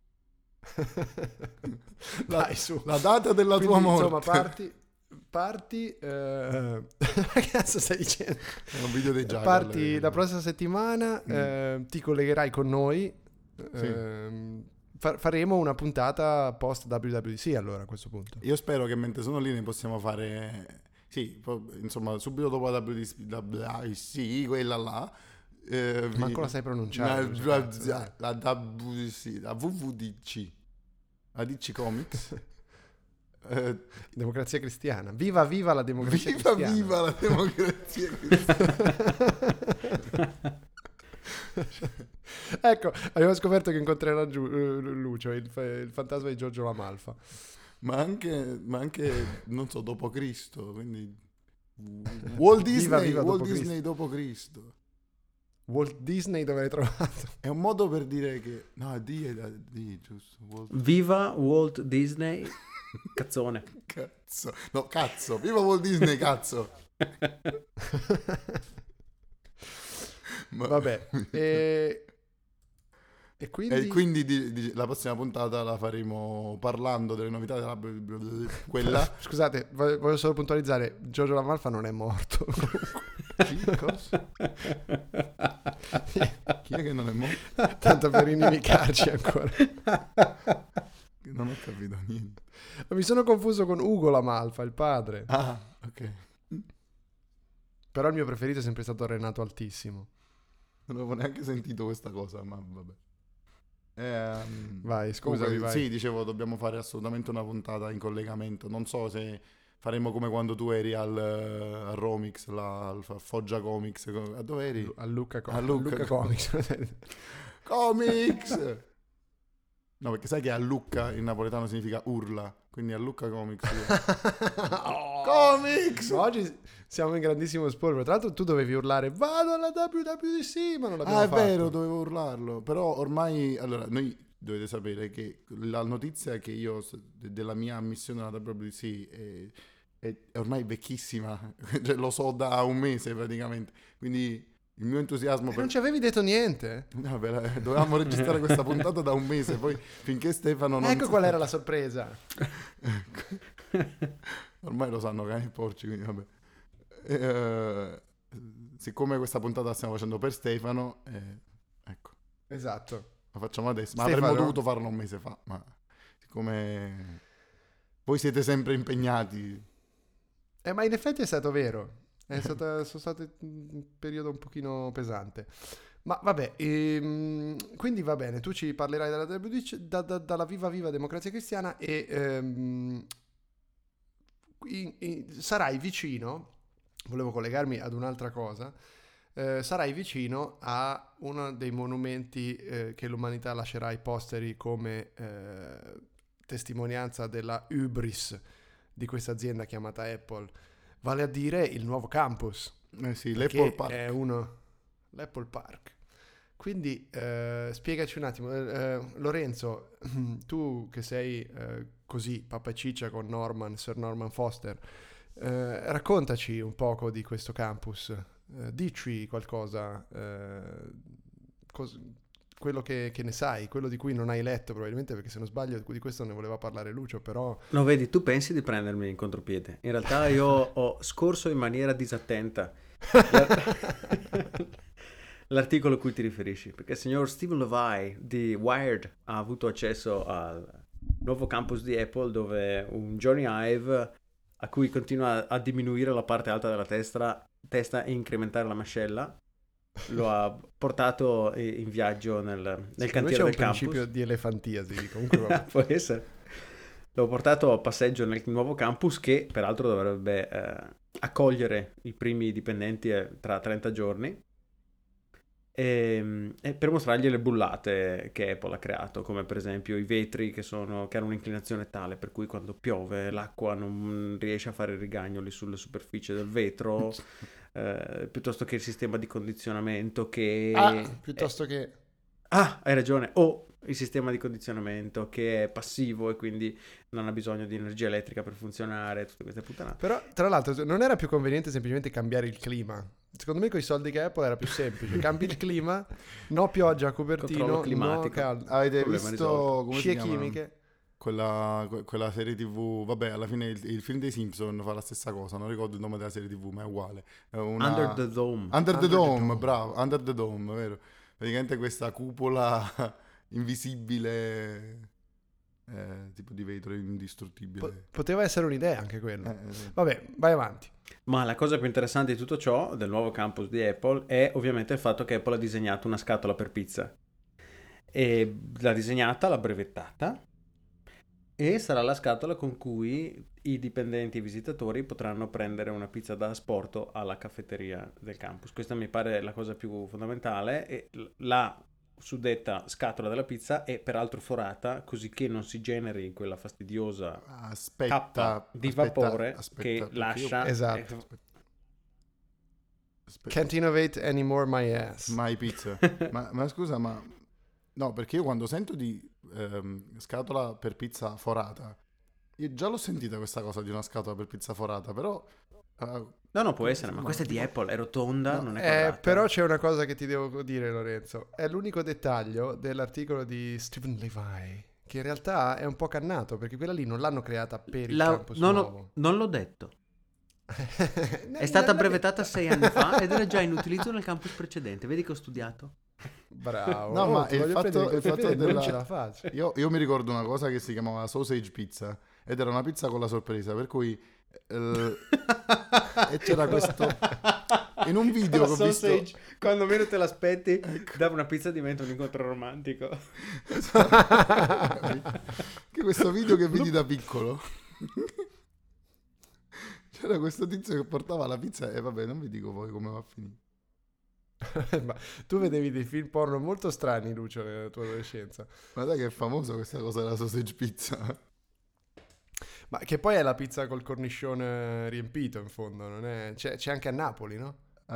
Dai, su. La data della Quindi, tua morte. insomma, parti che cazzo stai dicendo? È un video dei Jaguar. Parti la prossima settimana, ti collegherai con noi, Sì. faremo una puntata post WWDC allora a questo punto. Io spero che mentre sono lì ne possiamo fare... Sì, insomma, subito dopo la WWDC, quella là. Ma ancora sai pronunciare? La WWDC, la WWDC, la DC Comics. Democrazia cristiana. Viva la democrazia Viva cristiana. viva la democrazia cristiana. Ecco, abbiamo scoperto che incontrerà Lucio, il fantasma di Giorgio Lamalfa. ma anche non so, dopo Cristo, quindi Walt Disney, viva Walt dopo Disney Cristo. dopo Cristo. Walt Disney dove l'hai trovato? È un modo per dire che no, di giusto. Viva Walt Disney, cazzone. Cazzo. No, cazzo. Viva Walt Disney, cazzo. Vabbè. E quindi... E quindi la prossima puntata la faremo parlando delle novità della quella. Scusate, voglio solo puntualizzare, Giorgio Lamalfa non è morto. Cosa? Chi è che non è morto? Tanto per inimicarci ancora. Non ho capito niente. Mi sono confuso con Ugo Lamalfa, il padre. Ah, ok. Però il mio preferito è sempre stato Renato Altissimo. Non avevo neanche sentito questa cosa, ma vabbè. Vai, scusami, Comunque, vai. sì, dicevo, dobbiamo fare assolutamente una puntata in collegamento. Non so se faremo come quando tu eri al Romix, al Foggia Comics. A dove eri? A Lucca, A Lucca Comics. Comics! No, perché sai che a Lucca in napoletano significa urla. Quindi a Lucca Comics. Comics! Ma oggi siamo in grandissimo spolvero. Tra l'altro tu dovevi urlare vado alla WWDC, ma non l'abbiamo fatto. Ah, è vero, dovevo urlarlo. Però ormai, allora, noi dovete sapere che la notizia che io della mia ammissione alla WWDC è ormai vecchissima. Cioè, lo so da un mese praticamente. Quindi il mio entusiasmo Non ci avevi detto niente? No, dovevamo registrare questa puntata da un mese, poi finché Stefano non... Ecco qual era la sorpresa. Ormai lo sanno cani e porci, quindi vabbè. Siccome questa puntata la stiamo facendo per Stefano, ecco, Esatto. la facciamo adesso. Ma Stefano? avremmo dovuto farlo un mese fa, ma siccome voi siete sempre impegnati... Ma in effetti è stato vero. Sono stato un periodo un pochino pesante. Ma vabbè, quindi va bene, tu ci parlerai dalla WWDC, dalla viva democrazia cristiana e sarai vicino, volevo collegarmi ad un'altra cosa, sarai vicino a uno dei monumenti che l'umanità lascerà ai posteri come testimonianza della hubris di questa azienda chiamata Apple, vale a dire il nuovo campus. Sì, Perché l'Apple Park. è l'Apple Park. Quindi spiegaci un attimo, Lorenzo, tu che sei così papaciccia con Sir Norman Foster, raccontaci un poco di questo campus, dici qualcosa, quello che ne sai, quello di cui non hai letto probabilmente, perché se non sbaglio di questo ne voleva parlare Lucio, però... No, vedi, tu pensi di prendermi in contropiede. In realtà io ho scorso in maniera disattenta l'articolo a cui ti riferisci, perché il signor Stephen Levi di Wired ha avuto accesso al nuovo campus di Apple, dove un Johnny Ive, a cui continua a diminuire la parte alta della testa e incrementare la mascella, lo ha portato in viaggio nel cantiere del campus. C'è un principio di elefantiasi, comunque può essere. L'ho portato a passeggio nel nuovo campus, che peraltro dovrebbe accogliere i primi dipendenti tra 30 giorni. e per mostrargli le bullate che Apple ha creato, come per esempio i vetri che hanno un'inclinazione tale per cui quando piove l'acqua non riesce a fare rigagnoli sulla superficie del vetro, piuttosto che il sistema di condizionamento hai ragione, o il sistema di condizionamento che è passivo e quindi non ha bisogno di energia elettrica per funzionare, tutte queste puttanate. Però, tra l'altro, non era più conveniente semplicemente cambiare il clima? Secondo me con i soldi che Apple era più semplice. Cambi il clima, no pioggia, copertino, no caldo. Avete visto come scie si chiama? chimiche? Quella serie TV, vabbè, alla fine il film dei Simpson fa la stessa cosa, non ricordo il nome della serie TV, ma è uguale. Under the Dome. Under the Dome, bravo, Under the Dome, vero? Praticamente questa cupola invisibile, tipo di vetro indistruttibile. Poteva essere un'idea anche quella. Vabbè, vai avanti. Ma la cosa più interessante di tutto ciò, del nuovo campus di Apple, è ovviamente il fatto che Apple ha disegnato una scatola per pizza. E l'ha disegnata, l'ha brevettata, e sarà la scatola con cui i dipendenti e i visitatori potranno prendere una pizza da asporto alla caffetteria del campus. Questa mi pare la cosa più fondamentale, e la suddetta scatola della pizza è peraltro forata così che non si generi quella fastidiosa cappa di vapore che lascia. Esatto. Can't innovate anymore my ass. My pizza. ma scusa, ma no, perché io quando sento di scatola per pizza forata, io già l'ho sentita questa cosa di una scatola per pizza forata, però no, può essere, ma questa è di Apple, è rotonda, non è quadrata. Però c'è una cosa che ti devo dire, Lorenzo. È l'unico dettaglio dell'articolo di Stephen Levi, che in realtà è un po' cannato, perché quella lì non l'hanno creata per il campus nuovo. Non l'ho detto. È stata brevettata 6 anni fa ed era già in utilizzo nel campus precedente. Vedi che ho studiato. Bravo. No, ma il fatto non ce la faccio. Io mi ricordo una cosa che si chiamava sausage pizza, ed era una pizza con la sorpresa, per cui e c'era questo in un video che ho visto, quando meno te l'aspetti, da una pizza diventa un incontro romantico. Che questo video che vedi da piccolo, c'era questo tizio che portava la pizza, e vabbè, non vi dico poi come va a finire. Ma tu vedevi dei film porno molto strani, Lucio, nella tua adolescenza. Ma dai che è famosa questa cosa della sausage pizza. Ma che poi è la pizza col cornicione riempito, in fondo, non è? C'è anche a Napoli, no?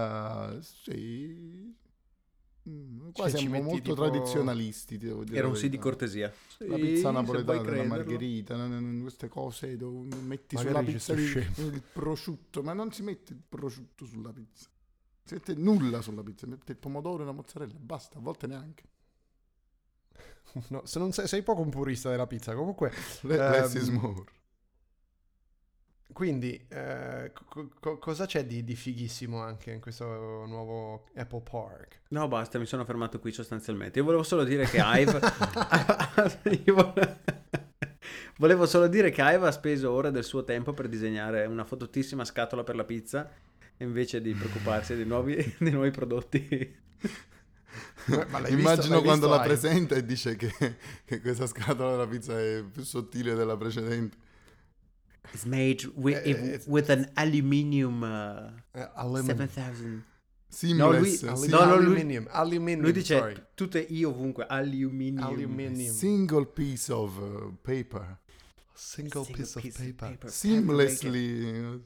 Sì. Qua siamo molto tipo tradizionalisti, devo dire. Era un sì di cortesia. La pizza napoletana, la margherita, queste cose, metti magari sulla pizza il prosciutto, ma non si mette il prosciutto sulla pizza. Si mette nulla sulla pizza, mette il pomodoro e la mozzarella, basta, a volte neanche. No, se non sei poco un purista della pizza, comunque Less is more. Quindi cosa c'è di fighissimo anche in questo nuovo Apple Park? No, basta, mi sono fermato qui sostanzialmente. Io volevo solo dire che Ive volevo solo dire che Ive ha speso ore del suo tempo per disegnare una fototissima scatola per la pizza, invece di preoccuparsi dei nuovi prodotti. Ma immagino quando la Ive? presenta e dice che questa scatola della pizza è più sottile della precedente. It's made with an aluminium 7000. Seamless. Aluminium, lui dice sorry. tutte I ovunque, aluminium. Single piece of paper. Single piece of paper. Seamlessly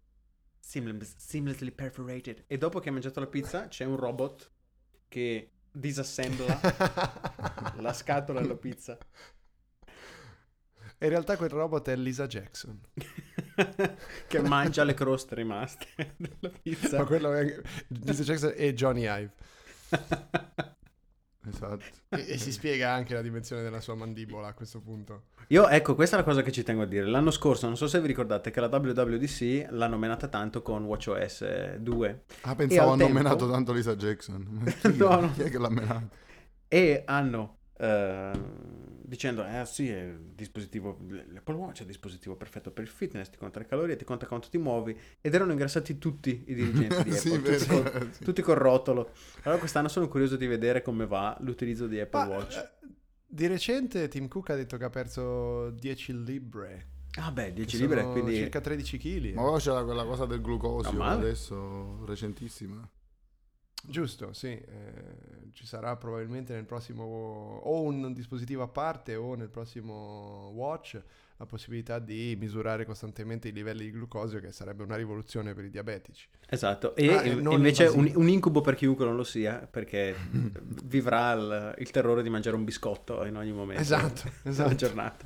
perforated. E dopo che hai mangiato la pizza c'è un robot che disassembla la scatola della pizza. In realtà quel robot è Lisa Jackson. Che mangia le croste rimaste della pizza. Ma quello è Lisa Jackson e Johnny Ive. Esatto. E si spiega anche la dimensione della sua mandibola a questo punto. Ecco, questa è la cosa che ci tengo a dire. L'anno scorso, non so se vi ricordate, che la WWDC l'hanno menata tanto con WatchOS 2. Pensavo hanno menato tanto Lisa Jackson. No. Chi è che l'ha menato? E hanno dicendo sì, è il dispositivo, l'Apple Watch è il dispositivo perfetto per il fitness, ti conta le calorie, ti conta quanto ti muovi, ed erano ingrassati tutti i dirigenti di Apple, sì, tutti col rotolo. Allora quest'anno sono curioso di vedere come va l'utilizzo di Apple Watch. Di recente Tim Cook ha detto che ha perso 10 libbre. Ah beh, 10 libbre, quindi circa 13 kg. Ma poi c'era quella cosa del glucosio male. adesso, recentissima. Giusto, sì, ci sarà probabilmente nel prossimo o un dispositivo a parte o nel prossimo watch la possibilità di misurare costantemente i livelli di glucosio, che sarebbe una rivoluzione per i diabetici. Esatto, e non invece invasivo. un incubo per chiunque non lo sia, perché vivrà il terrore di mangiare un biscotto in ogni momento Esatto. della giornata.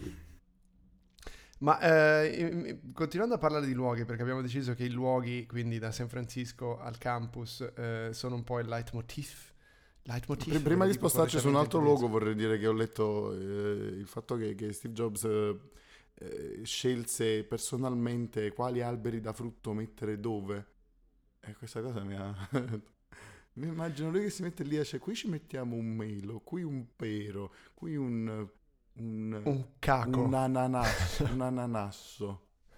Ma continuando a parlare di luoghi, perché abbiamo deciso che i luoghi, quindi da San Francisco al campus, sono un po' il leitmotiv. Prima di spostarci su un altro luogo, luogo. vorrei dire che ho letto il fatto che Steve Jobs scelse personalmente quali alberi da frutto mettere dove. E questa cosa mi ha... Mi immagino lui che si mette lì e dice: qui ci mettiamo un melo, qui un pero, qui un Caco. un ananasso.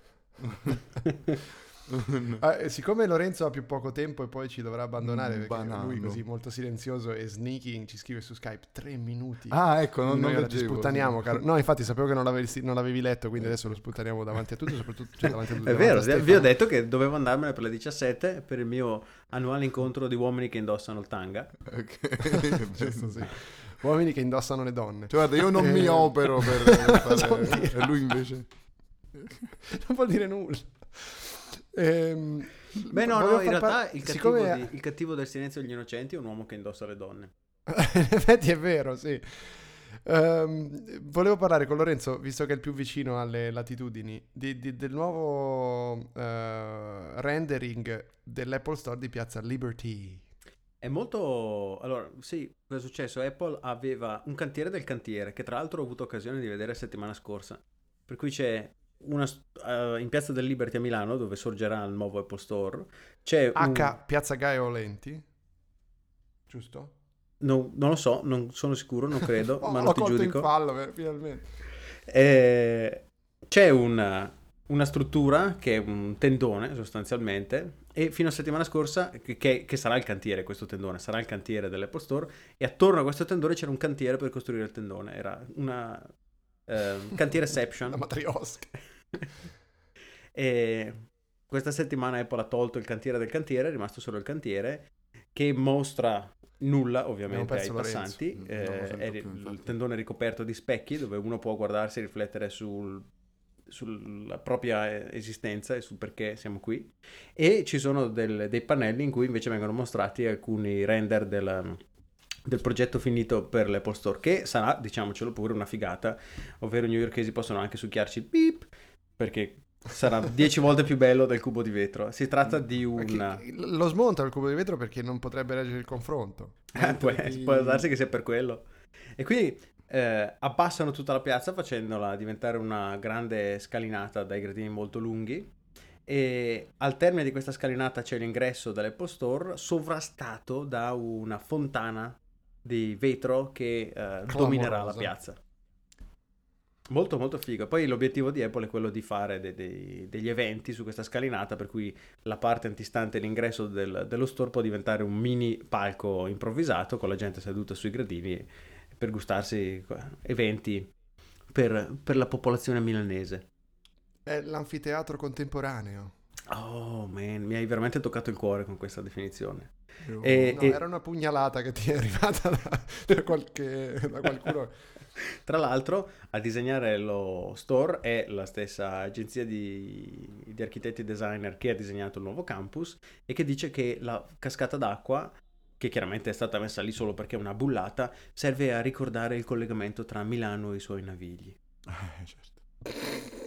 Siccome Lorenzo ha più poco tempo e poi ci dovrà abbandonare, perché Banano. lui così molto silenzioso e sneaking ci scrive su Skype 3 minuti. Ah, ecco, non Noi ora ti leggevo, sputtaniamo, sì. caro. No, infatti sapevo che non l'avevi letto, quindi adesso lo sputtaniamo davanti a tutti, soprattutto cioè, davanti a tutti. È davanti vero, a Stefano. vi ho detto che dovevo andarmene per le 17 per il mio annuale incontro di uomini che indossano il tanga. Ok. Giusto, sì. Uomini che indossano le donne. Cioè, guarda, io non mi opero per Cosa vuol fare... dire? E lui invece... Non vuol dire nulla. Beh, no, volevo in far realtà siccome- il cattivo del silenzio degli innocenti è un uomo che indossa le donne. In effetti è vero, sì. Volevo parlare con Lorenzo, visto che è il più vicino alle latitudini, del nuovo rendering dell'Apple Store di Piazza Liberty. È molto... Allora, sì, cosa è successo? Apple aveva un cantiere del cantiere, che tra l'altro ho avuto occasione di vedere settimana scorsa. Per cui c'è in Piazza del Liberty a Milano, dove sorgerà il nuovo Apple Store, c'è Piazza Gaio Lenti, giusto? non lo so, non sono sicuro, non credo, ma L'ho non ti colto giudico. in fallo, finalmente. C'è una struttura che è un tendone sostanzialmente, e fino a settimana scorsa che sarà il cantiere, questo tendone sarà il cantiere dell'Apple Store, e attorno a questo tendone c'era un cantiere per costruire il tendone, era una cantiereception. La matriosca. E questa settimana Apple ha tolto il cantiere del cantiere, è rimasto solo il cantiere, che mostra nulla ovviamente ai Abbiamo perso passanti. Non lo sento È più, infatti. il tendone ricoperto di specchi dove uno può guardarsi e riflettere sulla propria esistenza e sul perché siamo qui, e ci sono dei pannelli in cui invece vengono mostrati alcuni render del progetto finito per l'Apple Store, che sarà, diciamocelo pure, una figata, ovvero i newyorkesi possono anche succhiarci il beep, perché sarà 10 volte più bello del cubo di vetro. Si tratta di Lo smonta il cubo di vetro perché non potrebbe reggere il confronto. può darsi che sia per quello. E quindi abbassano tutta la piazza facendola diventare una grande scalinata dai gradini molto lunghi, e al termine di questa scalinata c'è l'ingresso dell'Apple Store sovrastato da una fontana di vetro che dominerà la piazza. Molto molto figo. Poi l'obiettivo di Apple è quello di fare degli eventi su questa scalinata, per cui la parte antistante l'ingresso dello store può diventare un mini palco improvvisato con la gente seduta sui gradini per gustarsi eventi per la popolazione milanese. È l'anfiteatro contemporaneo. Oh man, mi hai veramente toccato il cuore con questa definizione. No, era una pugnalata che ti è arrivata da qualcuno. Tra l'altro, a disegnare lo store è la stessa agenzia di architetti e designer che ha disegnato il nuovo campus, e che dice che la cascata d'acqua, che chiaramente è stata messa lì solo perché è una bullata, serve a ricordare il collegamento tra Milano e i suoi navigli. Certo.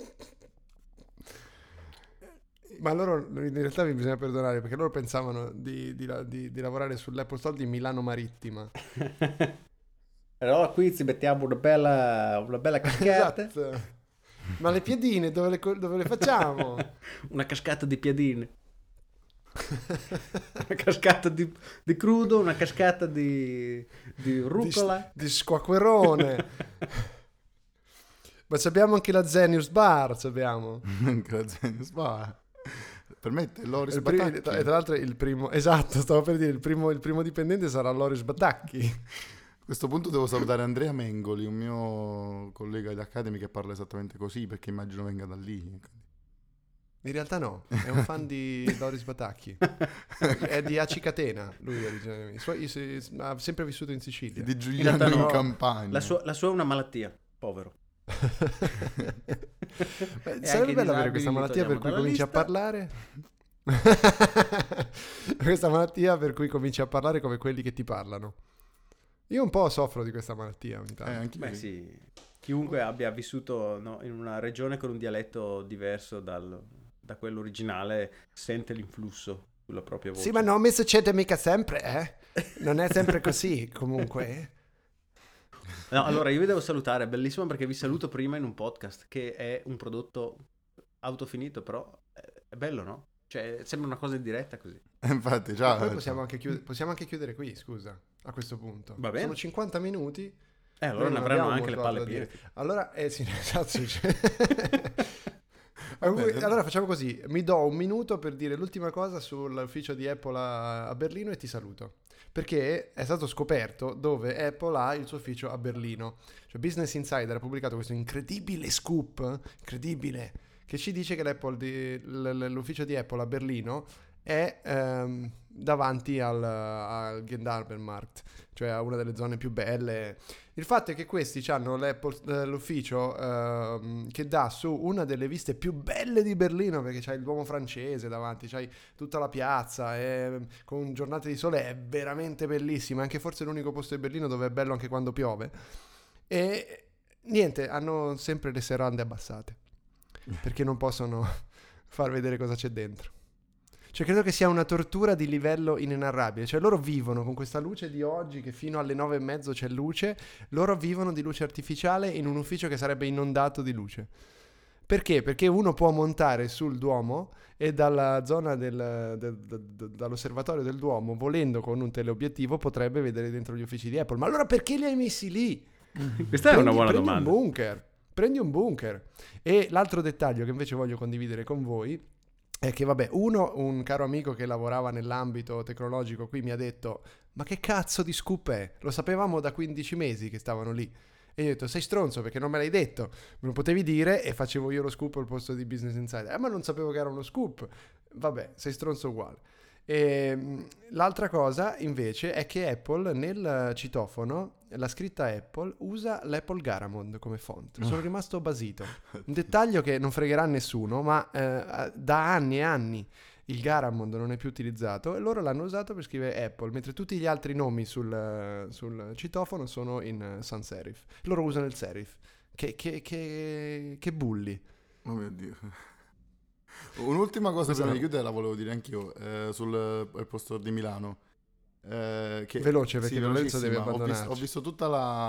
Ma loro in realtà mi bisogna perdonare, perché loro pensavano di lavorare sull'Apple Store di Milano Marittima. Allora qui ci mettiamo una bella cascata. Esatto. Ma le piedine dove le facciamo? Una cascata di piedine. Una cascata di crudo, una cascata di rucola. Di squacquerone. Ma abbiamo anche la Zenius Bar, abbiamo. Grazie. Per me è Loris E Batacchi. tra l'altro il primo, esatto, stavo per dire, il primo dipendente sarà Loris Batacchi. A questo punto devo salutare Andrea Mengoli, un mio collega di Academy che parla esattamente così, perché immagino venga da lì. In realtà no, è un fan di Doris Batacchi. È di Aci Catena, lui originariamente. Ha sempre vissuto in Sicilia. Di Giuliano in Campania. La sua è una malattia, povero. Beh, sarebbe bello avere questa malattia per cui cominci a parlare. Questa malattia per cui cominci a parlare come quelli che ti parlano. Io un po' soffro di questa malattia ogni tanto. Beh sì, chiunque abbia vissuto in una regione con un dialetto diverso da quello originale sente l'influsso sulla propria voce. Sì, ma non mi succede mica sempre, Non è sempre così, comunque. No, allora io vi devo salutare, è bellissimo perché vi saluto prima in un podcast che è un prodotto autofinito, però è bello, no? Cioè, sembra una cosa in diretta così. Infatti, già. Poi possiamo anche chiudere qui, scusa, a questo punto. Va bene. Sono 50 minuti. Allora ne avranno anche le palle piene. Allora, sì, esatto. Allora facciamo così, mi do un minuto per dire l'ultima cosa sull'ufficio di Apple a Berlino e ti saluto. Perché è stato scoperto dove Apple ha il suo ufficio a Berlino. Cioè Business Insider ha pubblicato questo incredibile scoop, incredibile, che ci dice che l'ufficio di Apple a Berlino è davanti al Gendarmenmarkt, cioè a una delle zone più belle. Il fatto è che questi hanno l'ufficio che dà su una delle viste più belle di Berlino, perché c'hai il Duomo francese davanti, c'hai tutta la piazza, con giornate di sole è veramente bellissima, anche forse l'unico posto di Berlino dove è bello anche quando piove. E niente, hanno sempre le serrande abbassate, perché non possono far vedere cosa c'è dentro. Cioè credo che sia una tortura di livello inenarrabile. Cioè loro vivono con questa luce di oggi che fino alle 9:30 c'è luce. Loro vivono di luce artificiale in un ufficio che sarebbe inondato di luce. Perché? Perché uno può montare sul Duomo e dalla zona dall'osservatorio del Duomo, volendo con un teleobiettivo, potrebbe vedere dentro gli uffici di Apple. Ma allora perché li hai messi lì? Questa è una buona domanda. Prendi un bunker. E l'altro dettaglio che invece voglio condividere con voi è che, vabbè, un caro amico che lavorava nell'ambito tecnologico qui mi ha detto: ma che cazzo di scoop è? Lo sapevamo da 15 mesi che stavano lì. E io ho detto: sei stronzo perché non me l'hai detto, me lo potevi dire e facevo io lo scoop al posto di Business Insider. Ma non sapevo che era uno scoop. Vabbè, sei stronzo uguale. E l'altra cosa invece è che Apple nel citofono, la scritta Apple usa l'Apple Garamond come font. Sono rimasto basito. Un dettaglio che non fregherà nessuno, ma da anni e anni il Garamond non è più utilizzato e loro l'hanno usato per scrivere Apple, mentre tutti gli altri nomi sul citofono sono in sans serif. Loro usano il serif. Che bulli. Oh mio Dio. Un'ultima cosa prima di chiudere la volevo dire anch'io sul Apple Store di Milano. Che, veloce perché Lorenzo deve abbandonarci. Ho visto tutta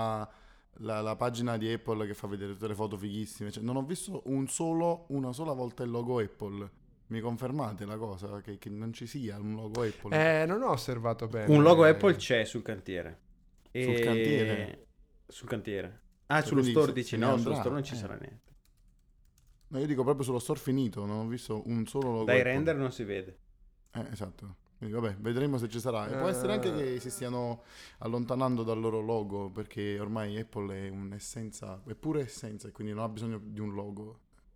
la pagina di Apple che fa vedere tutte le foto fighissime. Cioè, non ho visto una sola volta il logo Apple. Mi confermate la cosa? Che non ci sia un logo Apple? Non ho osservato bene. Un logo Apple c'è sul cantiere. Sul cantiere? Sul cantiere. Ah, sullo store dici? No, sullo store non ci sarà niente. No, io dico proprio sullo store finito, non ho visto un solo logo. Dai Apple. Render non si vede. Esatto. Quindi vabbè, vedremo se ci sarà. E può essere anche che si stiano allontanando dal loro logo, perché ormai Apple è un'essenza, è pure essenza, e quindi non ha bisogno di un logo.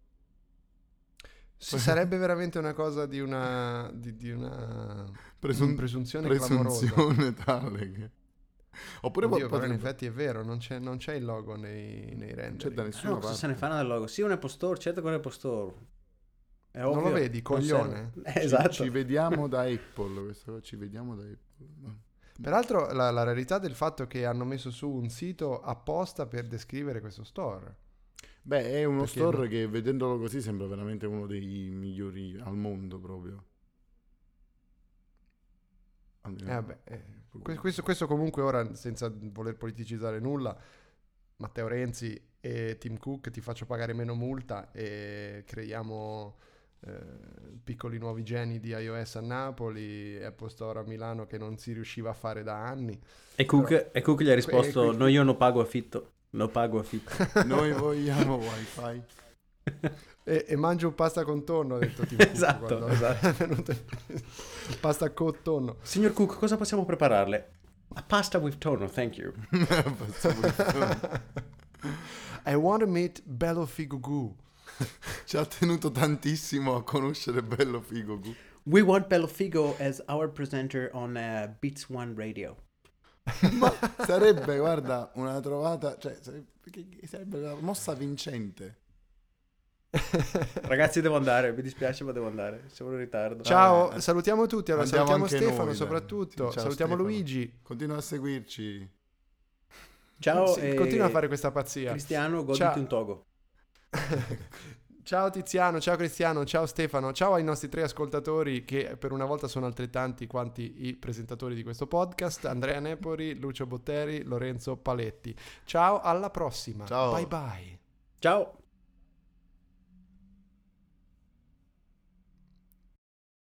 Sarebbe veramente una cosa di una presunzione clamorosa. Tale che... Oppure però in effetti è vero, non c'è il logo nei render. C'è da nessuna cosa se ne fanno del logo? Sì, un Apple Store, certo che è un Apple Store. È ovvio, non lo vedi, coglione? Esatto. Ci vediamo da Apple, ci vediamo da Apple. Peraltro la rarità del fatto che hanno messo su un sito apposta per descrivere questo store. Beh, è uno store che vedendolo così sembra veramente uno dei migliori al mondo proprio. Questo comunque ora, senza voler politicizzare nulla, Matteo Renzi e Tim Cook, ti faccio pagare meno multa e creiamo piccoli nuovi geni di iOS a Napoli, Apple Store a Milano che non si riusciva a fare da anni. E Cook gli ha risposto: no, io non pago affitto. Noi vogliamo wifi. E mangio pasta con tonno, ha detto Tim esatto. Pasta con tonno. Signor Cook, cosa possiamo prepararle? A pasta with tonno, thank you. I want to meet bello figugu. Ci ha tenuto tantissimo a conoscere Bello Figo Gu. We want Bello Figo as our presenter on Beats One Radio. Ma sarebbe, guarda, una trovata, cioè sarebbe una mossa vincente. Ragazzi, devo andare, mi dispiace ma devo andare, siamo in ritardo. Ciao, salutiamo tutti. Allora, Andiamo salutiamo anche Stefano noi, dai. soprattutto. Ciao, Salutiamo Stefano. Luigi. Continua a seguirci. Ciao, Sì, continua a fare questa pazzia. Cristiano, goditi Ciao. un togo. Ciao Tiziano, ciao Cristiano, ciao Stefano, ciao ai nostri 3 ascoltatori che per una volta sono altrettanti quanti i presentatori di questo podcast: Andrea Nepori, Lucio Botteri, Lorenzo Paletti. Ciao, alla prossima. Ciao. Bye bye. Ciao.